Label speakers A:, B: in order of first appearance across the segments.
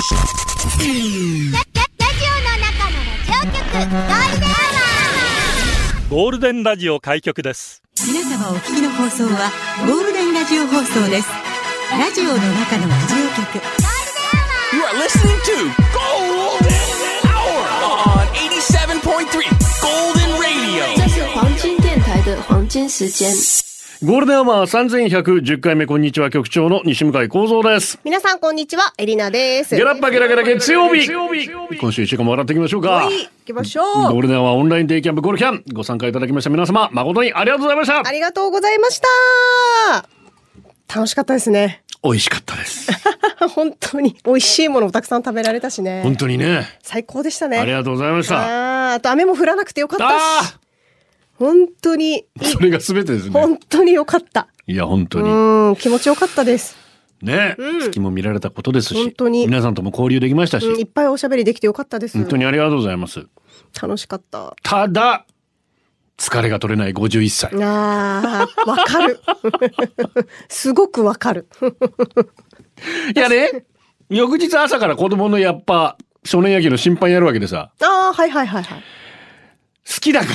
A: ゴールデンラジオ開局です。
B: 皆様お聞きの放送はゴールデンラジオ放送です。ラジオの中のラジオ局
C: You are listening to Golden Hour on 87.3 Golden Radio。
D: 这是黄金電台的黄金時間。
E: ゴールデンアワー3110回目、こんにちは、局長の西向井光三です。
F: 皆さんこんにちは、エリナです。
E: ゲラッパゲラゲラ月曜日、今週1週間も笑っていきましょうか。
F: はい、行きましょう。
E: ゴールデンアワーオンラインデイキャンプゴールキャン、ご参加いただきました皆様誠にありがとうございました。
F: ありがとうございました。楽しかったですね。
E: 美味しかったです
F: 本当に美味しいものをたくさん食べられたしね。
E: 本当にね、
F: 最高でしたね。
E: ありがとうございました。
F: あと雨も降らなくてよかったし、本当に
E: それが全てですね。
F: 本当によかった。
E: いや本当に
F: 気持ちよかったです
E: ね、月も見られたことですし、
F: 本当に
E: 皆さんとも交流できましたし、
F: いっぱいおしゃべりできてよかったです。
E: 本当にありがとうございます。
F: 楽しかった。
E: ただ疲れが取れない51歳。
F: わかるすごくわかる
E: いやね、翌日朝から子供のやっぱ少年野球の審判やるわけでさ。
F: はいはいはいはい。
E: 好きだから、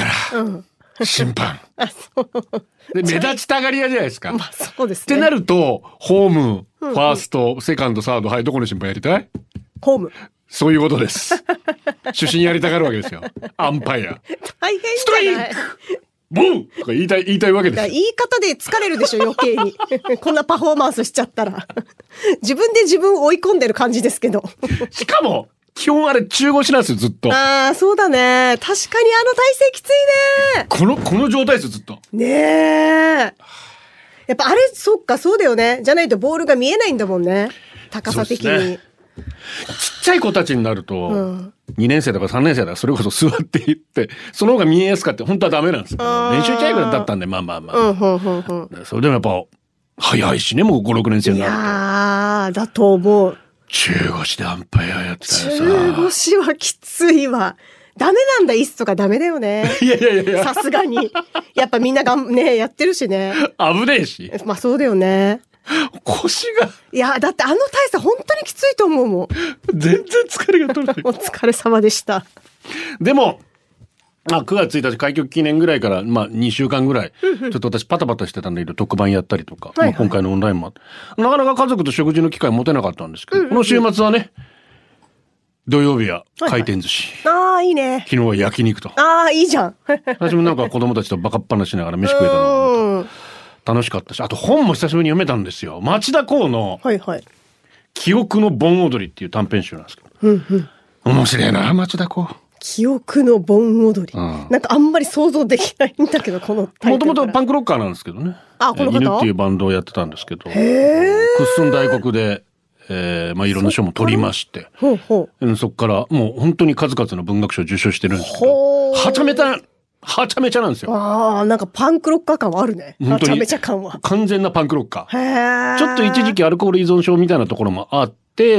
E: 審判で目立ちたがり屋じゃないですか。
F: まあそうですね。
E: ってなるとホーム、ファースト、セカンド、サード、はい、どこの審判やりたい？
F: ホーム。そう
E: いうことです主審やりたがるわけですよ。アンパイア
F: 大変
E: ストライクボンとか言いたいわけです。
F: 言い方で疲れるでしょ余計にこんなパフォーマンスしちゃったら自分で自分を追い込んでる感じですけど
E: しかも基本あれ中腰なんですよ、ずっと。
F: そうだね。確かにあの体勢きついね。こ
E: の状態ですよ、ずっと。
F: ねえ。やっぱあれ、そっか、そうだよね。じゃないとボールが見えないんだもんね。高さ的に。ね、
E: ちっちゃい子たちになると、2年生とか3年生だからそれこそ座っていって、その方が見えやすかって本当はダメなんですよ。練習試合ぐらいだったんで、まあ。それでもやっぱ、早いしね、もう5、6年生になると。い
F: やだと思う。
E: 中腰でアンパイアやってたらさ。
F: 中腰はきついわ。ダメなんだ、イスとかダメだよね。
E: いや。
F: さすがに。やっぱみんなね、やってるしね。
E: 危ねえし。
F: まあそうだよね。
E: 腰が。
F: いや、だってあの体勢本当にきついと思うもん。
E: 全然疲れが取れない。
F: お疲れ様でした。で
E: も、9月1日開局記念ぐらいから、2週間ぐらい、ちょっと私パタパタしてたんだけど、特番やったりとか、今回のオンラインもなかなか家族と食事の機会持てなかったんですけど、この週末はね、土曜日は回転寿司。
F: いいね。
E: 昨日は焼肉と。
F: いいじゃん。
E: 私もなんか子供たちとバカっ話しながら飯食えたの楽しかったし、あと本も久しぶりに読めたんですよ。町田光の、記憶の盆踊りっていう短編集なんですけど。面白いな、町田光。
F: 記憶の盆踊り、なんかあんまり想像できないんだけど、このタイトルから。もともと
E: パンクロッカーなんですけどね。
F: この方
E: 犬っていうバンドをやってたんですけど、クッスン大国で、いろんな賞も取りまして、そっからもう本当に数々の文学賞を受賞してるんですけど、はちゃめちゃなんですよ。
F: なんかパンクロッカー感はあるね。はちゃめちゃ感は。
E: 完全なパンクロッカー。ちょっと一時期アルコール依存症みたいなところもあって、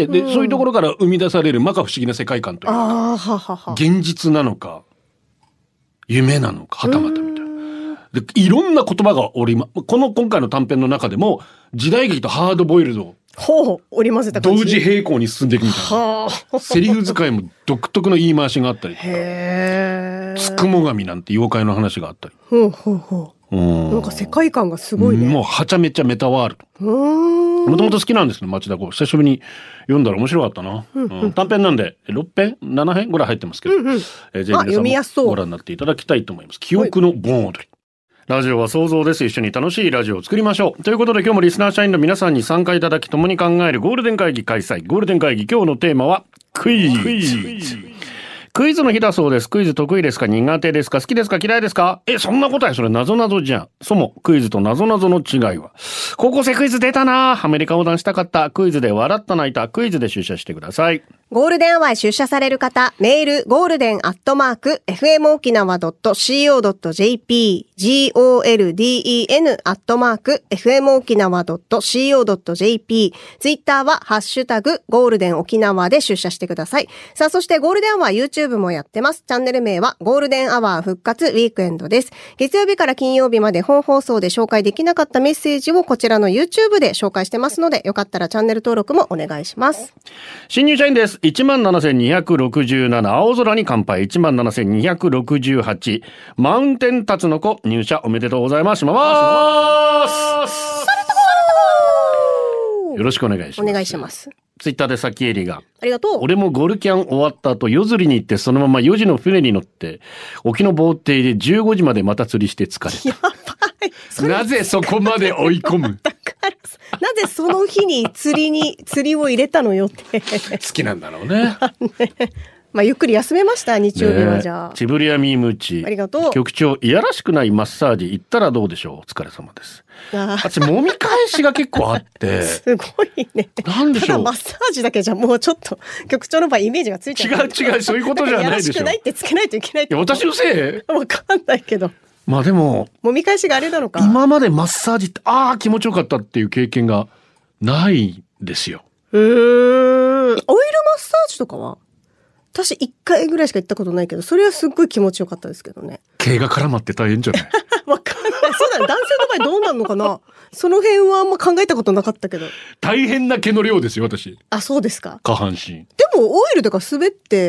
E: で、そういうところから生み出される摩訶不思議な世界観というか、現実なのか、夢なのか、はたまたみたいな。で、いろんな言葉が今回の短編の中でも、時代劇とハードボイルドを
F: 織り交ぜた感じ。
E: 同時並行に進んでいくみたいな。セリフ使いも独特の言い回しがあったりとか、つくも神なんて妖怪の話があったり。なんか世界観がすごいね。もうはちゃめちゃメタワールド。もともと好きなんですけど、町田光。久しぶりに読んだら面白かったな。短編なんで、6編 ?7 編ぐらい入ってますけど。ぜひ皆さんもご覧になっていただきたいと思います。記憶の盆踊り。ラジオは想像です。一緒に楽しいラジオを作りましょう。ということで今日もリスナー社員の皆さんに参加いただき共に考えるゴールデン会議開催。ゴールデン会議今日のテーマはクイズ。クイズの日だそうです。クイズ得意ですか？苦手ですか？好きですか？嫌いですか？そんな答えそれ謎々じゃん。そもクイズと謎々の違いは。高校生クイズ出たな。アメリカ横断したかった。クイズで笑った泣いた。クイズで出社してください。
F: ゴールデンアワーへ出社される方、メール、ゴールデン@fmokinawa.co.jp、golden@fmokinawa.co.jp、ツイッターはハッシュタグ、ゴールデン沖縄で出社してください。さあ、そしてゴールデンアワー YouTube もやってます。チャンネル名はゴールデンアワー復活ウィークエンドです。月曜日から金曜日まで本放送で紹介できなかったメッセージをこちらの YouTube で紹介してますので、よかったらチャンネル登録もお願いします。
E: 新入社員です。17,267、青空に乾杯。17,268、マウンテンタツノコ入社おめでとうございます。します。よろしくお願いします。
F: お願いします。
E: ツイッターでさきえりが、
F: ありがとう。
E: 俺もゴルキャン終わった後、夜釣りに行ってそのまま4時の船に乗って沖の防堤で15時までまた釣りして疲れた。
F: やばい。
E: なぜそこまで追い込む？
F: だからなぜその日に釣りを入れたのよって。
E: 好きなんだろうね。
F: まあゆっくり休めました日曜日はじゃあ。
E: チブリアミームーチ。
F: ありがとう。
E: 局長、いやらしくないマッサージ行ったらどうでしょう。お疲れ様です。私揉み返しが結構あって。
F: すごいね。
E: なんでしょう。
F: ただマッサージだけじゃもうちょっと局長の場合イメージがついちゃう。
E: 違うそういうことじゃないでしょ。
F: やらしくないってつけないといけないって。
E: 私のせい？
F: わかんないけど。
E: まあでも
F: 揉み返しがあれなのか。
E: 今までマッサージって気持ちよかったっていう経験がないですよ。
F: オイルマッサージとかは私1回ぐらいしか行ったことないけど、それはすっごい気持ちよかったですけどね。
E: 毛が絡まって大変じゃない？
F: わかんない。そうだね。男性の場合どうなんのかな。その辺はあんま考えたことなかったけど。
E: 大変な毛の量ですよ、私。
F: あ、そうですか。
E: 下半身。
F: でもオイルとか滑って、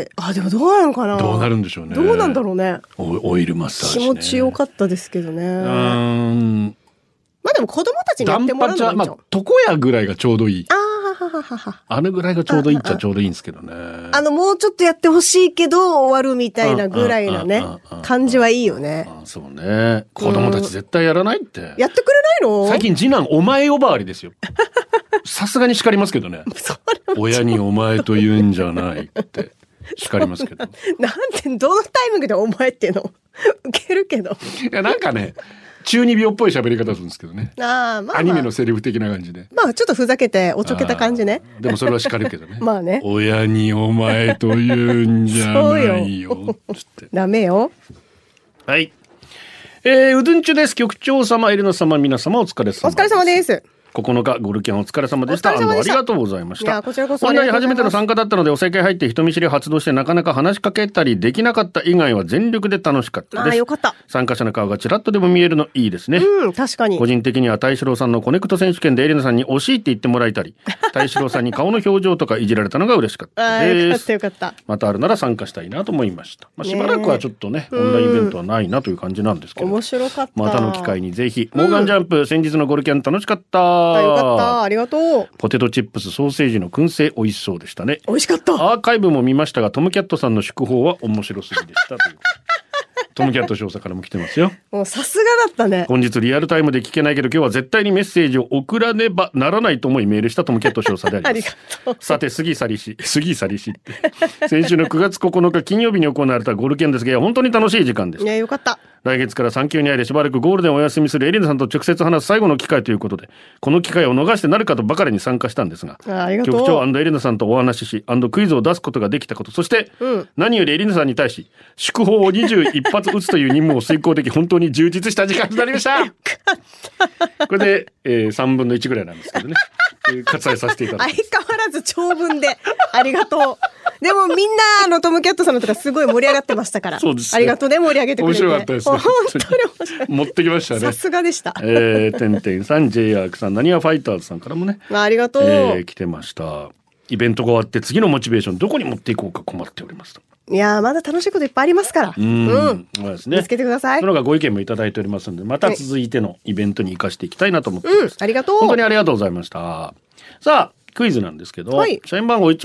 F: でもどうなのかな。
E: どうなるんでしょうね。
F: どうなんだろうね。
E: オイルマッサージ、ね。
F: 気持ちよかったですけどね。まあでも子供たちにやってもらうのがいいんじゃん。
E: 床屋ぐらいがちょうどいい。あれぐらいがちょうどいいっちゃちょうどいいんですけどね。
F: もうちょっとやってほしいけど終わるみたいなぐらいなね感じはいいよね。
E: そうね。子供たち絶対やらないって。
F: やってくれないの？
E: 最近次男お前呼ばわりですよ。さすがに叱りますけどね。親にお前と言うんじゃないって叱りますけど。
F: なんでどのタイミングでお前っていうのウケるけど。
E: いやなんかね。中二病っぽい喋り方するんですけどね。
F: まあ、
E: アニメのセリフ的な感じで。
F: まあちょっとふざけておちょけた感じね。
E: でもそれは叱るけどね。
F: まあね。
E: 親にお前と言うんじゃないよ。つって。
F: ダメよ。
E: はい。うどんちゅです。局長様、エレナ様、皆様お疲れ様です。
F: お疲れ様です。
E: 9日ゴルキャンお疲れ様でした。ありがとうございました。
F: いやこちらこそ
E: 本来初めての参加だったのでお酒入って人見知り発動してなかなか話しかけたりできなかった以外は全力で楽しかったです。
F: よかった。
E: 参加者の顔がちらっとでも見えるのいいですね。
F: 確かに。
E: 個人的には大志郎さんのコネクト選手権でエレナさんに惜しいって言ってもらえたり大志郎さんに顔の表情とかいじられたのが嬉しかったです。
F: よかった
E: またあるなら参加したいなと思いました。しばらくはちょっとねオンラインイベントはないなという感じなんですけど、
F: 面白かった。
E: またの機会にぜひ。モーガンジャンプ、先日のゴルキャン楽しかった。
F: よかった。ありがとう。
E: ポテトチップスソーセージの燻製美味しそうでしたね。
F: 美味しかった。
E: アーカイブも見ましたがトムキャットさんの祝報は面白すぎでしたというトムキャット少佐からも来てますよ。
F: もうさすがだったね。
E: 本日リアルタイムで聞けないけど今日は絶対にメッセージを送らねばならないと思いメールしたトムキャット少佐であります。
F: ありがとう。
E: さて杉去りしって先週の9月9日金曜日に行われたゴールキャンですが本当に楽しい時間でした。
F: よかった。
E: 来月から産休に入りしばらくゴールデンをお休みするエリナさんと直接話す最後の機会ということでこの機会を逃してなるかとばかりに参加したんですが、局長&エリナさんとお話ししクイズを出すことができたこと、そして、何よりエリナさんに対し祝報を21発打つという任務を遂行でき本当に充実した時間となりました。これで、3分の1ぐらいなんですけどね割愛させていただきます。
F: 相変わらず長文でありがとう。でもみんなトムキャットさんのとかすごい盛り上がってましたから。
E: そうです、
F: ありがとうね、盛り上げてくれて。
E: 面白かったですね。
F: 本当に面白い。
E: 持ってきましたね。
F: さすがでした。
E: てんてんさん、J アークさん、なにわファイターズさんからもね。
F: ありがとう。
E: 来てました。イベントが終わって次のモチベーションどこに持っていこうか困っておりますと。
F: いやまだ楽しいこといっぱいありますから。
E: そうですね。
F: 見つけてください。
E: その他ご意見もいただいておりますので、また続いてのイベントに生かしていきたいなと思っています。
F: ありがとう。
E: 本当にありがとうございました。さあクイズなんですけど、社員番号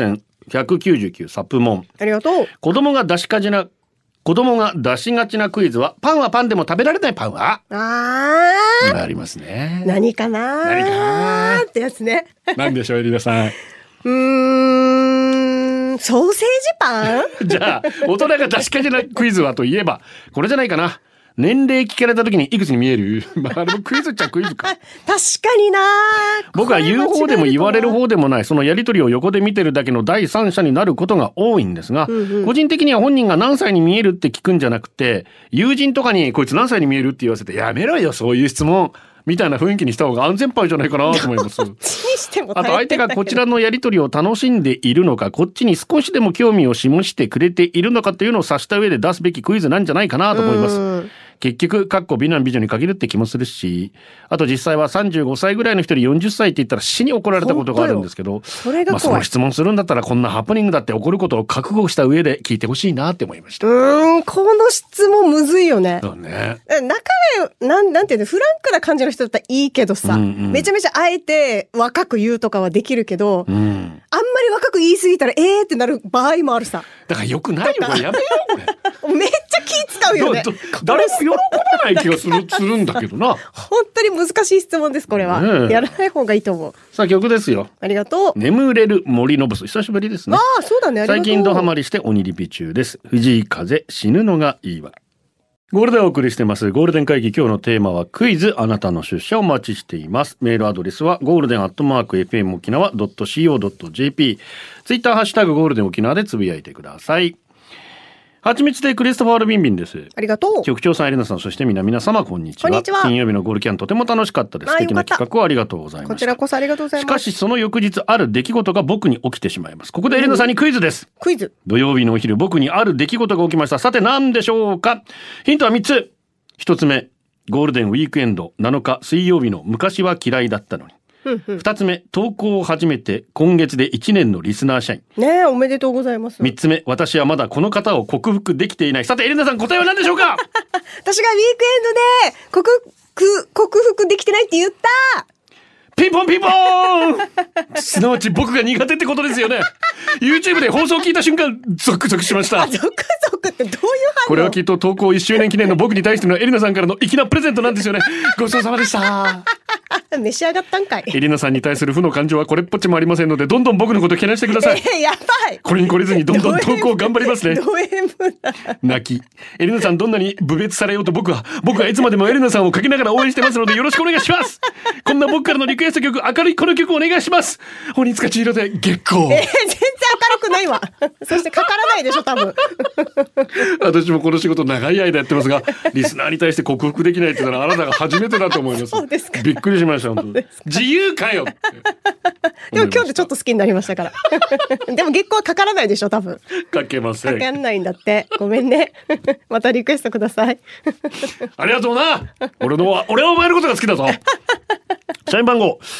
E: 16,199サプモン。
F: ありがとう。
E: 子供が出しがちなクイズはパンはパンでも食べられないパンはありますね。
F: 何かなってやつね。
E: 何でしょうエリナさん。
F: ソーセージパン
E: じゃあ大人が出しがちなクイズはといえばこれじゃないかな。 年齢聞かれた時にいくつに見えるまあ、あれもクイズっちゃクイズか。
F: 確かにな。
E: 僕は言う方でも言われる方でもない、そのやりとりを横で見てるだけの第三者になることが多いんですが、個人的には本人が何歳に見えるって聞くんじゃなくて、友人とかにこいつ何歳に見えるって言わせて、やめろよそういう質問みたいな雰囲気にした方が安全牌じゃないかなと思います。あと相手がこちらのやり取りを楽しんでいるのか、こっちに少しでも興味を示してくれているのかというのを察した上で出すべきクイズなんじゃないかなと思います。結局美男美女に限るって気もするし、あと実際は35歳ぐらいの人に40歳って言ったら死に怒られたことがあるんですけど、それが怖い。その質問するんだったらこんなハプニングだって起こることを覚悟した上で聞いてほしいなって思いました。
F: この質問むずいよね。
E: そうね。
F: なんていうの、フランクな感じの人だったらいいけどさ、めちゃめちゃあえて若く言うとかはできるけど、あんまり若く言いすぎたらってなる場合もあるさ。
E: だからよくないよ、これやめようこれ。
F: めっちゃ気使うよね。
E: 誰も喜ばない気がするんだけどな。
F: 本当に難しい質問です、これは。やらない方がいいと思う。
E: さあ曲ですよ。
F: ありがとう。
E: 眠れる森のブス。久しぶりですね。
F: ああ、そうだね。ありがとう。
E: 最近ドハマりして鬼リピ中です。藤井風、死ぬのがいいわ。ゴールデンお送りしてます。ゴールデン会議、今日のテーマはクイズ。あなたの出社をお待ちしています。メールアドレスはゴールデン@fm沖縄 .co.jp。ツイッターハッシュタグゴールデン沖縄でつぶやいてください。はちみつでクリストファールビンビンです。
F: ありがとう。
E: 局長さん、エレナさん、そして皆様こんにちは。
F: こんにちは。
E: 金曜日のゴールキャンとても楽しかったです。素敵な企画をありがとうございました。
F: こちらこそありがとうございます。
E: しかしその翌日ある出来事が僕に起きてしまいます。ここでエレナさんにクイズです。
F: クイズ。
E: 土曜日のお昼、僕にある出来事が起きました。さて何でしょうか。ヒントは3つ。1つ目、ゴールデンウィークエンド7日水曜日の昔は嫌いだったのに。2つ目、投稿を始めて今月で1年のリスナー社員。
F: ねえ、おめでとうございます。
E: 3つ目、私はまだこの方を克服できていない。さてエレナさん、答えは何でしょうか。
F: 私がウィークエンドで克服できてないって言った。
E: ピンポンピンポーンすなわち僕が苦手ってことですよね。YouTube で放送を聞いた瞬間ゾクゾクしました。
F: ゾクゾクってどういう反応。
E: これはきっと投稿1周年記念の僕に対してのエリナさんからの粋なプレゼントなんですよね。ごちそうさまでした
F: 召し上がったんかい。
E: エリナさんに対する負の感情はこれっぽっちもありませんので、どんどん僕のことをけなしてください。
F: やばい。
E: これに懲りずにどんどん投稿頑張りますね。
F: ド M だ。
E: 泣き。エリナさんどんなに侮蔑されようと僕はいつまでもエリナさんをかけながら応援してますのでよろしくお願いします。こんな僕からのリクエスト曲、明るいこの曲お願いします。鬼塚千尋で月光。
F: 全然明るくないわ。そしてかからないでしょ多分。
E: 私もこの仕事長い間やってますが、リスナーに対して克服できないって言ったらあなたが初めてだと思います。
F: そうですか。
E: びっくりしました本当。自由かよって。
F: でも今日でちょっと好きになりましたから。でも月光はかからないでしょ多分。
E: かけません。
F: かかんないんだって。ごめんね。またリクエストください。
E: ありがとうな。俺はお前のことが好きだぞ。社員番号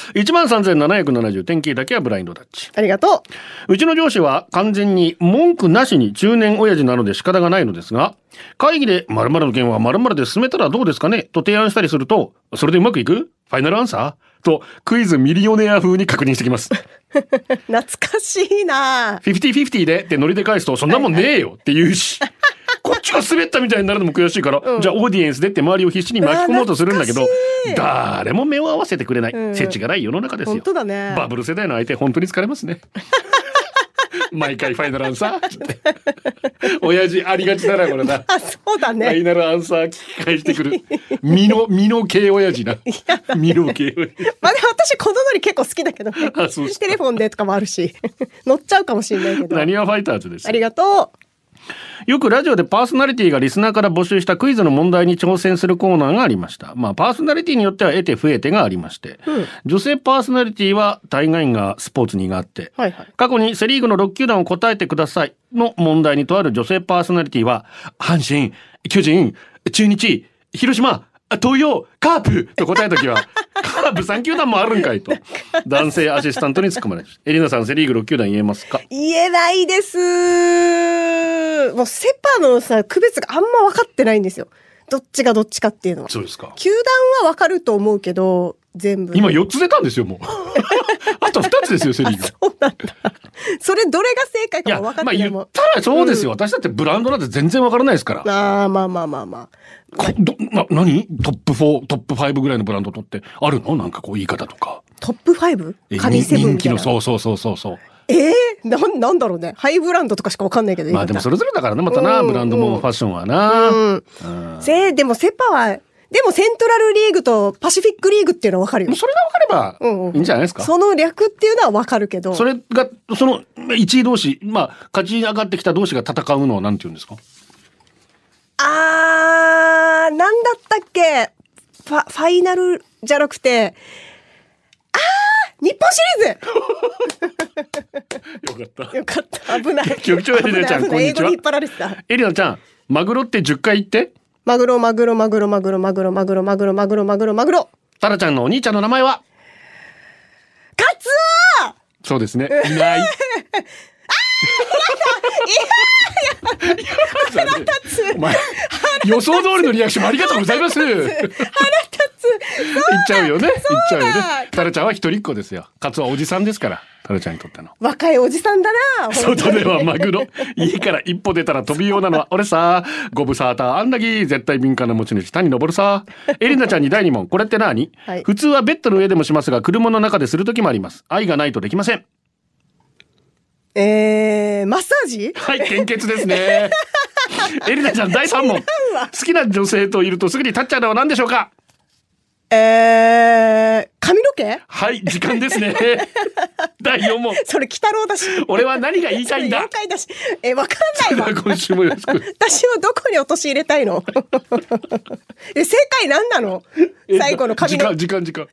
E: 13,770 天気だけはブラインドタッチ。
F: ありがと
E: う。うちの上司は完全に文句なしに中年親父なので仕方がないのですが、会議で〇〇の件は〇〇で進めたらどうですかねと提案したりすると、それでうまくいく？ファイナルアンサーとクイズミリオネア風に確認してきます。
F: 懐かしいな。
E: 50-50でってノリで返すと、そんなもんねえよって言うし、こっちが滑ったみたいになるのも悔しいから、じゃあオーディエンスでって周りを必死に巻き込もうとするんだけど、誰も目を合わせてくれない、世知がない世の中ですよ。
F: 本当だね。
E: バブル世代の相手本当に疲れますね。毎回ファイナルアンサー親父ありがちだなこれな。
F: そうだね。
E: ファイナルアンサー聞き返してくる身の系親父な。身の系親父。
F: まあでも私このノリ結構好きだけどね。テレフォンでとかもあるし乗っちゃうかもしれないけど。
E: 何はファイターズです。
F: ありがとう。
E: よくラジオでパーソナリティがリスナーから募集したクイズの問題に挑戦するコーナーがありました。まあパーソナリティによっては得て増えてがありまして、女性パーソナリティは大概がスポーツ苦手、過去にセリーグの6球団を答えてくださいの問題にとある女性パーソナリティは阪神、巨人、中日、広島、東洋、カープと答えたときはカープ3球団もあるんかいと男性アシスタントに突っ込まれました。エリナさんセリーグ6球団言えますか？
F: 言えないです。もうセパのさ区別があんま分かってないんですよ。どっちがどっちかっていうのは。
E: そうですか。
F: 球団は分かると思うけど全部
E: 今4つ出たんですよもう。あと2つですよセリーグ。
F: そうなんだ。それどれが正解かも分かってないもん。
E: まあ言ったらそうですよ、私だってブランドなんて全然分からないですから。
F: まあ。
E: 何トップ4トップ5ぐらいのブランドとってあるの？なんかこう言い方とか。
F: トップ 5？ カニセブンみたいな。
E: 人気のそう。
F: なんだろうね。ハイブランドとかしかわかんないけど。
E: まあでもそれぞれだからな、またな、ブランドもファッションはな。
F: でもセパは、でもセントラルリーグとパシフィックリーグっていうのはわかるよ。
E: それがわかればいいんじゃないですか。
F: その略っていうのはわかるけど。
E: それが、その1位同士、まあ、勝ち上がってきた同士が戦うのをなんて言うんですか？
F: なんだったっけ？ファイナルじゃなくて、日本シリーズよかった。危ない。
E: 局長エリナちゃん、こんにちは。
F: 英語に引っ張られてた。
E: エリナちゃん、マグロって10回言って。
F: マグロ。
E: タラちゃんのお兄ちゃんの名前は？
F: カツオ！
E: そうですね。いない。お前予想通りのリアクションありがとうございます。
F: 腹立つ。
E: 言っちゃうよね。タラちゃんは一人っ子ですよ。カツはおじさんですから、タラちゃんにとっての
F: 若いおじさんだな。
E: 外ではマグロ、家から一歩出たら飛びようなのは俺さ。ゴブサーターアンダギー、絶対敏感な持ち主谷登さ。エリナちゃんに第2問、これって何？普通はベッドの上でもしますが、車の中でする時もあります。愛がないとできません。
F: マッサージ？
E: はい、献血ですね。エリナちゃん第3問。好きな女性といるとすぐに立っちゃうのは何でしょうか？
F: 髪の毛？
E: はい、時間ですね。第4問。
F: それ鬼太郎だし。
E: 俺は何が言いたいんだ？
F: 妖怪だし。わかんないわ。
E: 今週もよろしく。
F: 私はどこに落とし入れたいの？正解何なの？最後の髪の毛。
E: 時間。
F: 時間か。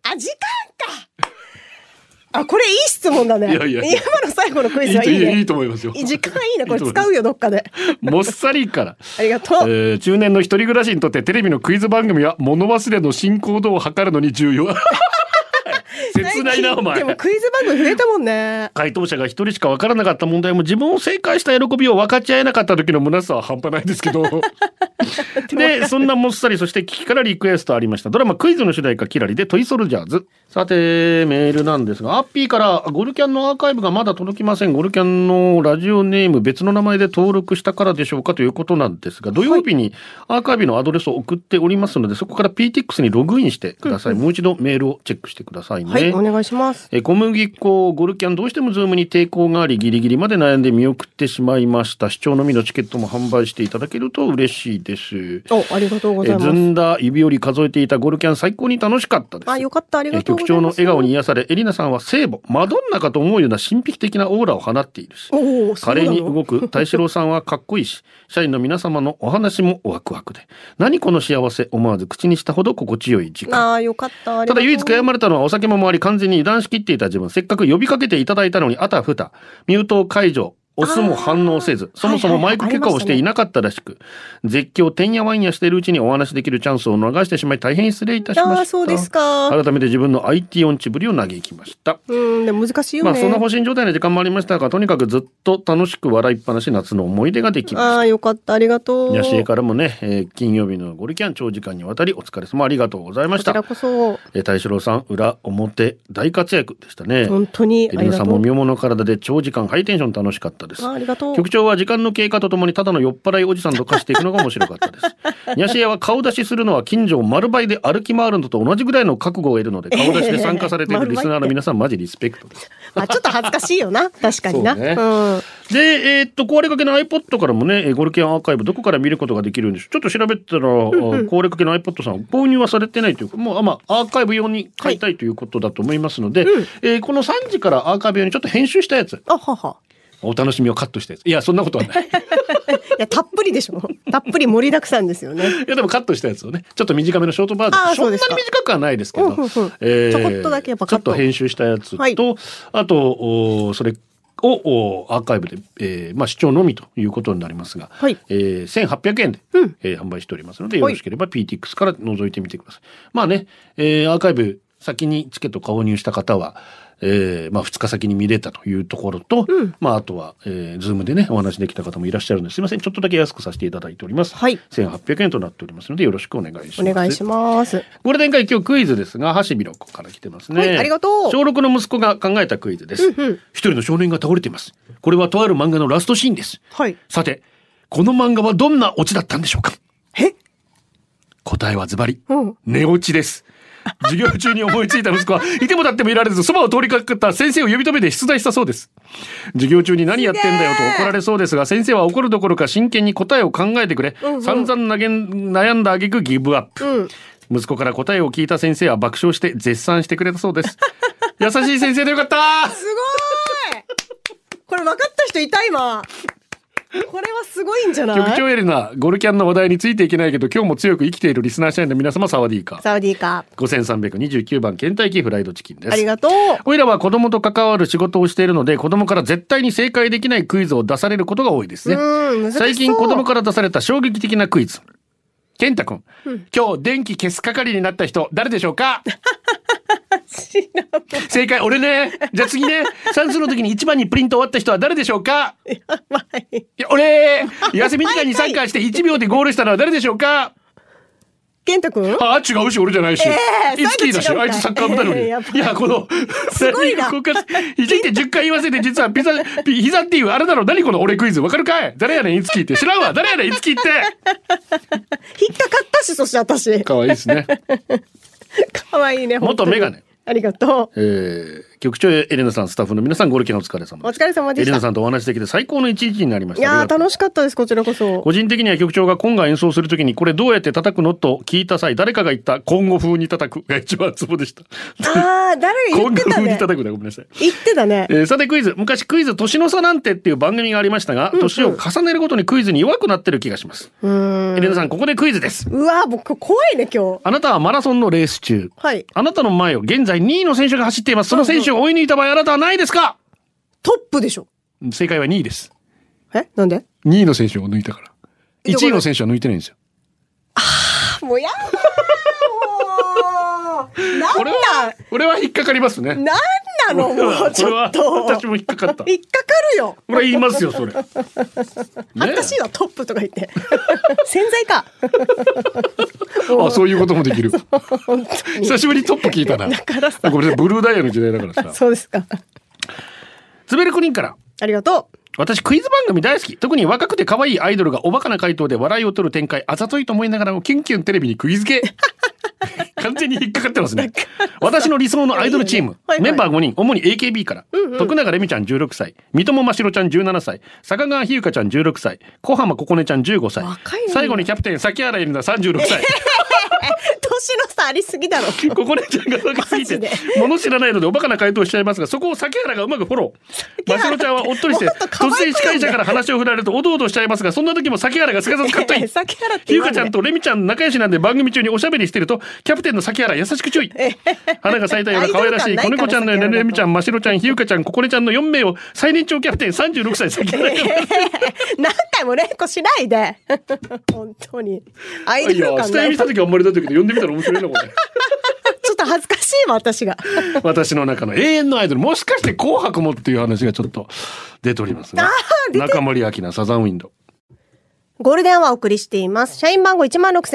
F: これいい質問だね。今の最後のクイズはいいね。
E: いいと思いますよ。
F: 時間いいね。これ使うよ、どっかで。
E: もっさりから。
F: ありがとう。
E: 中年の一人暮らしにとってテレビのクイズ番組は物忘れの進行度を測るのに重要。切ないなお前。
F: でもクイズ番組増えたもんね。
E: 回答者が一人しか分からなかった問題も自分を正解した喜びを分かち合えなかった時の虚しさは半端ないですけど。でそんなもっさり、そして聞きからリクエストありましたドラマクイズの主題歌キラリでトイソルジャーズ。さてメールなんですが、アッピーからゴルキャンのアーカイブがまだ届きません。ゴルキャンのラジオネーム別の名前で登録したからでしょうかということなんですが、土曜日にアーカイブのアドレスを送っておりますので、そこから PTX にログインしてください。もう一度メールをチェックしてくださいね。
F: はい、お願いします。
E: 小麦粉ゴルキャンどうしてもズームに抵抗がありギリギリまで悩んで見送ってしまいました。視聴のみのチケットも販売していただけると嬉しいです。
F: ありがとうございます。
E: ずんだ指折り数えていたゴルキャン最高に楽しかったです。
F: よかった、ありがとうございます。
E: 局長の笑顔に癒されエリナさんは聖母マドンナかと思うような神秘的なオーラを放っているし、華麗に動く大志郎さんはかっこいいし、社員の皆様のお話もワクワクで、何この幸せ、思わず口にしたほど心地よい時間。
F: よかった。
E: ただ唯一悔やまれたのはお酒も回り完全に油断しきっていた自分。せっかく呼びかけていただいたのにあたふた、ミュート解除、押すも反応せず、そもそもマイク許可をしていなかったらしく、絶叫てんやわんやしているうちにお話しできるチャンスを逃してしまい大変失礼いたしました。
F: そうですか。
E: 改めて自分の IT 音痴ぶりを嘆きました。
F: でも難しいよね。
E: そんな放心状態の時間もありましたが、とにかくずっと楽しく笑いっぱなし夏の思い出ができました。
F: よかった、ありがとう。
E: ヤシエからもね、金曜日のゴルキャン長時間にわたりお疲れ様ありがとうございました。
F: こちらこそ。
E: 大志郎さん裏表大活躍でしたね。
F: 本当にありがとう。
E: エリナさんも妙物体で長時間ハイテンション楽しかったです。
F: ありがとう。
E: 局長は時間の経過とともにただの酔っ払いおじさんと化していくのが面白かったです。ヤシエは顔出しするのは近所を丸倍で歩き回るのと同じぐらいの覚悟を得るので、顔出しで参加されているリスナーの皆さんマジリスペクトです。
F: ちょっと恥ずかしいよな、確かにな。
E: で、壊れかけの iPod からもね、ゴルキャンアーカイブどこから見ることができるんです。ちょっと調べたら、壊れかけの iPod さん購入はされてないというか、もうアーカイブ用に買いたいということだと思いますので、この3時からアーカイブ用にちょっと編集したやつ。お楽しみをカットしたやつ。いや、そんなことはない。い
F: や、たっぷりでしょ。たっぷり盛りだくさんですよね。
E: いや、でもカットしたやつをね、ちょっと短めのショートバージョン。そんなに短くはないですけど、ちょ
F: こっとだけやっぱカット。
E: ちょっと編集したやつと、あと、それをアーカイブで、視聴のみということになりますが、1800円で、販売しておりますので、よろしければ PTX から覗いてみてください。まあね、アーカイブ先にチケット購入した方は、2日先に見れたというところと、あとは、ズームでねお話できた方もいらっしゃるので、すいません、ちょっとだけ安くさせていただいております。1800円となっておりますので、よろしくお願いします。
F: お願いします。
E: ゴールデン会今日クイズですが、橋びろこから来てますね。
F: ありがとう。
E: 小6の息子が考えたクイズです。一人の少年が倒れています。これはとある漫画のラストシーンです。さて、この漫画はどんなオチだったんでしょうか。答えはズバリ、寝落ちです。 授業中に思いついた息子はいても立ってもいられず、そばを通りかかった先生を呼び止めて出題したそうです。授業中に何やってんだよと怒られそうですが、先生は怒るどころか真剣に答えを考えてくれ、散々悩んだ挙句ギブアップ、息子から答えを聞いた先生は爆笑して絶賛してくれたそうです。優しい先生でよかった。
F: すごい。これ分かった人いた今。これはすごいんじゃない？
E: 局長エレナ、ゴルキャンの話題についていけないけど今日も強く生きているリスナー社員の皆様、サワディーカー。
F: サワディーカー。
E: 5329番ケンタッキーフライドチキンです。
F: ありがとう。
E: おいらは子供と関わる仕事をしているので、子供から絶対に正解できないクイズを出されることが多いですね。
F: 難しそう。
E: 最近子供から出された衝撃的なクイズ。ケンタ君、今日電気消す係になった人誰でしょうか？正解俺ね。じゃあ次ね、算数の時に1番にプリント終わった人は誰でしょうか？いや俺休み時間にサッカーして1秒でゴールしたのは誰でしょうか？
F: ケンタ君？
E: 違うし俺じゃないし、いつきだし、あいつサッカー部なのに。いやこの
F: すごいな。
E: 1って10回言わせて、実は膝っていうあれだろ。何この俺クイズわかるかい？誰やねんいつきって知らんわ。誰やねんいつきって。
F: 引っかかったし、そして私。
E: 可愛いですね。
F: 可愛いね。
E: 元メガネ。
F: ありがと
E: う。局長エレナさん、スタッフの皆さん、ゴルキャンお疲れ様です。
F: お疲れ様でした。
E: エレナさんとお話できて最高の一日になりました。
F: いや楽しかったです。こちらこそ。
E: 個人的には局長がコンガ演奏するときにこれどうやって叩くのと聞いた際、誰かが言ったコンゴ風に叩くが一番ツボでした。
F: 誰が言ってたね。
E: コンゴ風に叩くだ、ごめんなさい。
F: 言ってたね。
E: さてクイズ。昔クイズ年の差なんてっていう番組がありましたが、年を重ねるごとにクイズに弱くなってる気がします。エレナさん、ここでクイズです。
F: うわ僕怖いね今日。
E: あなたはマラソンのレース中。はい。あなたの前を現在2位の選手が走っています。その選手を追い抜いた場合、あなたは何位ですか？
F: トップでしょ。
E: 正解は2位です。
F: なんで？
E: 2位の選手を抜いたから。1位の選手は抜いてないんですよ。
F: もうやだもう。なんだ。
E: 俺は引っかかりますね。
F: なんなのもうちょっと。
E: 私も引っかかった。
F: 引っかかるよ。
E: これ言いますよそれ。
F: 私はトップとか言って。潜在か。
E: そういうこともできる。久しぶりにトップ聞いたな。ごめんなさい、ブルーダイヤの時代だからさ。
F: そうですか。
E: つべるくにんから。
F: ありがとう。
E: 私クイズ番組大好き。特に若くて可愛いアイドルがおバカな回答で笑いを取る展開、あざといと思いながらもキュンキュンテレビに釘付け。完全に引っかかってますね。私の理想のアイドルチーム、メンバー5人、主に AKB から、徳永レミちゃん16歳、三友真白ちゃん17歳、坂川ひゆかちゃん16歳、小浜ここねちゃん15歳、最後にキャプテン崎原エリナ36歳。
F: 年の差ありすぎだろ。
E: ここねちゃんが若すぎて物知らないのでおバカな回答しちゃいますが、そこを崎原がうまくフォロー。真白ちゃんはおっとりして突然司会者から話を振られるとおどおどしちゃいますが、そんな時も崎原がすかさずカットイン。ひゆかちゃんとレミちゃん仲良しなんで、番組中におしゃべりしてるとキャプテンの崎原優しく注意。花が咲いたような可愛らしい子猫ちゃんのレミちゃん、真白ちゃん、ひゆかちゃん、ここねちゃんの4名を最年長キャプテン36歳崎原が
F: 何回も連呼しないで。本当にアイドル感ない。
E: スタイルした時はあんまりだったけど、呼んでみたら面白いなこれ。
F: ちょっと恥ずかしいわ私が。
E: 私の中の永遠のアイドル、もしかして紅白もっていう話がちょっと出ておりますね。中森明菜サザンウィンド。
F: ゴールデンはお送りしています。社員番号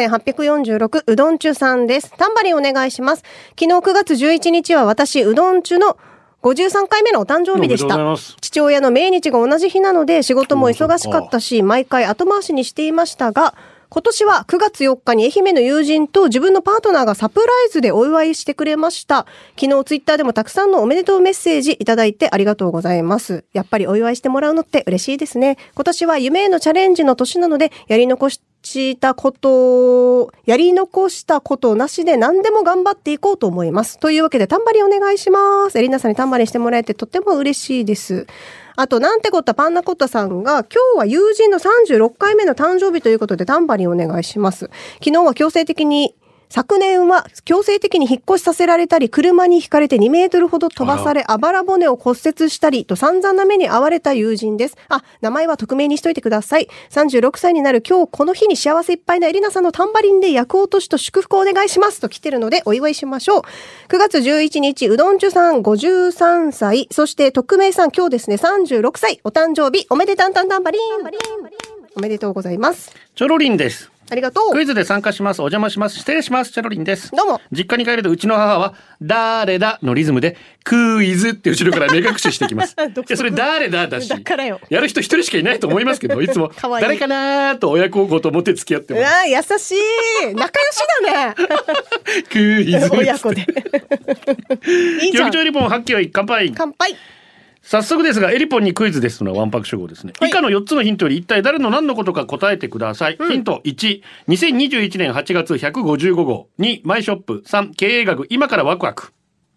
F: 16,846 うどんちゅさんです。タンバリンお願いします。昨日9月11日は私うどんちゅの53回目のお誕生日でした。父親の命日が同じ日なので仕事も忙しかったし、毎回後回しにしていましたが、今年は9月4日に愛媛の友人と自分のパートナーがサプライズでお祝いしてくれました。昨日ツイッターでもたくさんのおめでとうメッセージいただいてありがとうございます。やっぱりお祝いしてもらうのって嬉しいですね。今年は夢へのチャレンジの年なので、やり残したことなしで何でも頑張っていこうと思います。というわけでタンバリンお願いします。エリナさんにタンバリンしてもらえてとっても嬉しいです。あと、なんてこったパンナコッタさんが、今日は友人の36回目の誕生日ということでタンバリンお願いします。昨年は強制的に引っ越しさせられたり、車にひかれて2メートルほど飛ばされ、あばら骨を骨折したりと散々な目に遭われた友人です。名前は匿名にしといてください。36歳になる今日この日に幸せいっぱいなエリナさんのタンバリンで厄落としと祝福をお願いしますと来てるのでお祝いしましょう。9月11日、うどんちゅさん53歳、そして匿名さん今日ですね36歳、お誕生日おめでたんたんタンバリン。おめでとうございます。
E: チョロリンです。
F: ありがとう。
E: クイズで参加します。お邪魔します。失礼します。チャロリンです。
F: どうも。
E: 実家に帰るとうちの母は誰だのリズムでクイズって後ろから目隠ししてきますいやそれ誰だだし、
F: だからよ。
E: やる人一人しかいないと思いますけど、いつも
F: かわいい
E: 誰かなーと親孝行と思って付き合ってます。
F: うわ、優しい。仲良しだね。
E: クイズ
F: 親子で。いいじゃん。
E: 局長リポン発揮乾杯。
F: 乾杯。
E: 早速ですがエリポンにクイズですのはわんぱく主語ですね、
F: はい、
E: 以下の4つのヒントより一体誰の何のことか答えてください、ヒント1、2021年8月155号。2、マイショップ。3、経営学。今からワクワク。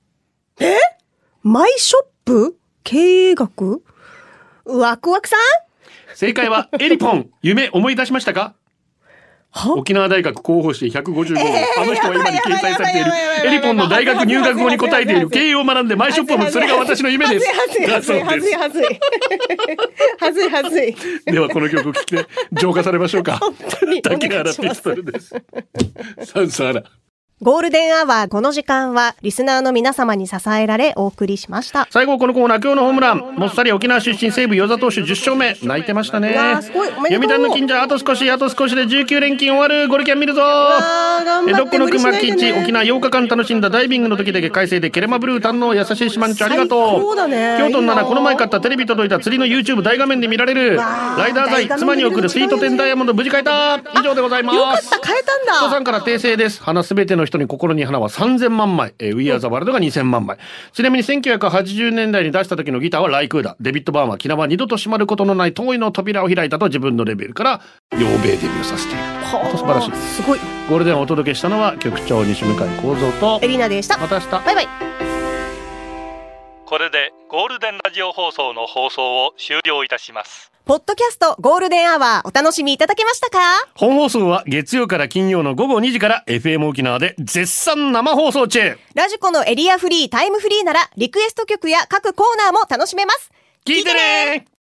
F: マイショップ経営学ワクワクさん。
E: 正解はエリポン。夢思い出しましたか？沖縄大学広報誌155号、あの人は今に掲載されているエリポンの大学入学後に答えている経営を学んでマイショップを持つ、それが私の夢です。
F: はずいはずいはずいはずいはずい。
E: ではこの曲を聴いて浄化されましょうか。竹原ピストルです。サンサーラ。
F: ゴールデンアワー、この時間はリスナーの皆様に支えられお送りしました。
E: 最後このコーナー、今日のホームラン、もっさり沖縄出身西武與座投手10勝目。泣いてましたね。
F: すごい、おめでとう。
E: 読谷の近所あと少しで19連勤終わる。ゴルキャン見るぞ。どこの熊吉、沖縄8日間楽しんだ。ダイビングの時だけ快晴でケレマブルー堪能。優しい島んちゃんありがとう。
F: そうだね。
E: 京都ならこの前買ったテレビ届いた釣りの YouTube 大画面で見られる。ライダー剤妻に送るスイート10ダイヤモンド無事買えた。以上でございます。
F: よかった、買えたんだ。
E: 人さんから訂正です。花すべての人に心に花は3000万枚、We Are the World が2000万枚。ちなみに1980年代に出した時のギターはライクーダ。デビッド・バーンは、キナは二度と閉まることのない遠いの扉を開いたと自分のレベルから陽米デビューさせている。素晴らしい。
F: すごい。
E: ゴールデンをお届けしたのは局長西向井幸三と
F: エリナでした。
E: また明日。
F: バイバイ。
A: これでゴールデンラジオ放送の放送を終了いたします。
F: ポッドキャストゴールデンアワー、お楽しみいただけましたか？
E: 本放送は月曜から金曜の午後2時から FM 沖縄で絶賛生放送中。
F: ラジコのエリアフリー、タイムフリーならリクエスト曲や各コーナーも楽しめます。
E: 聞いてね。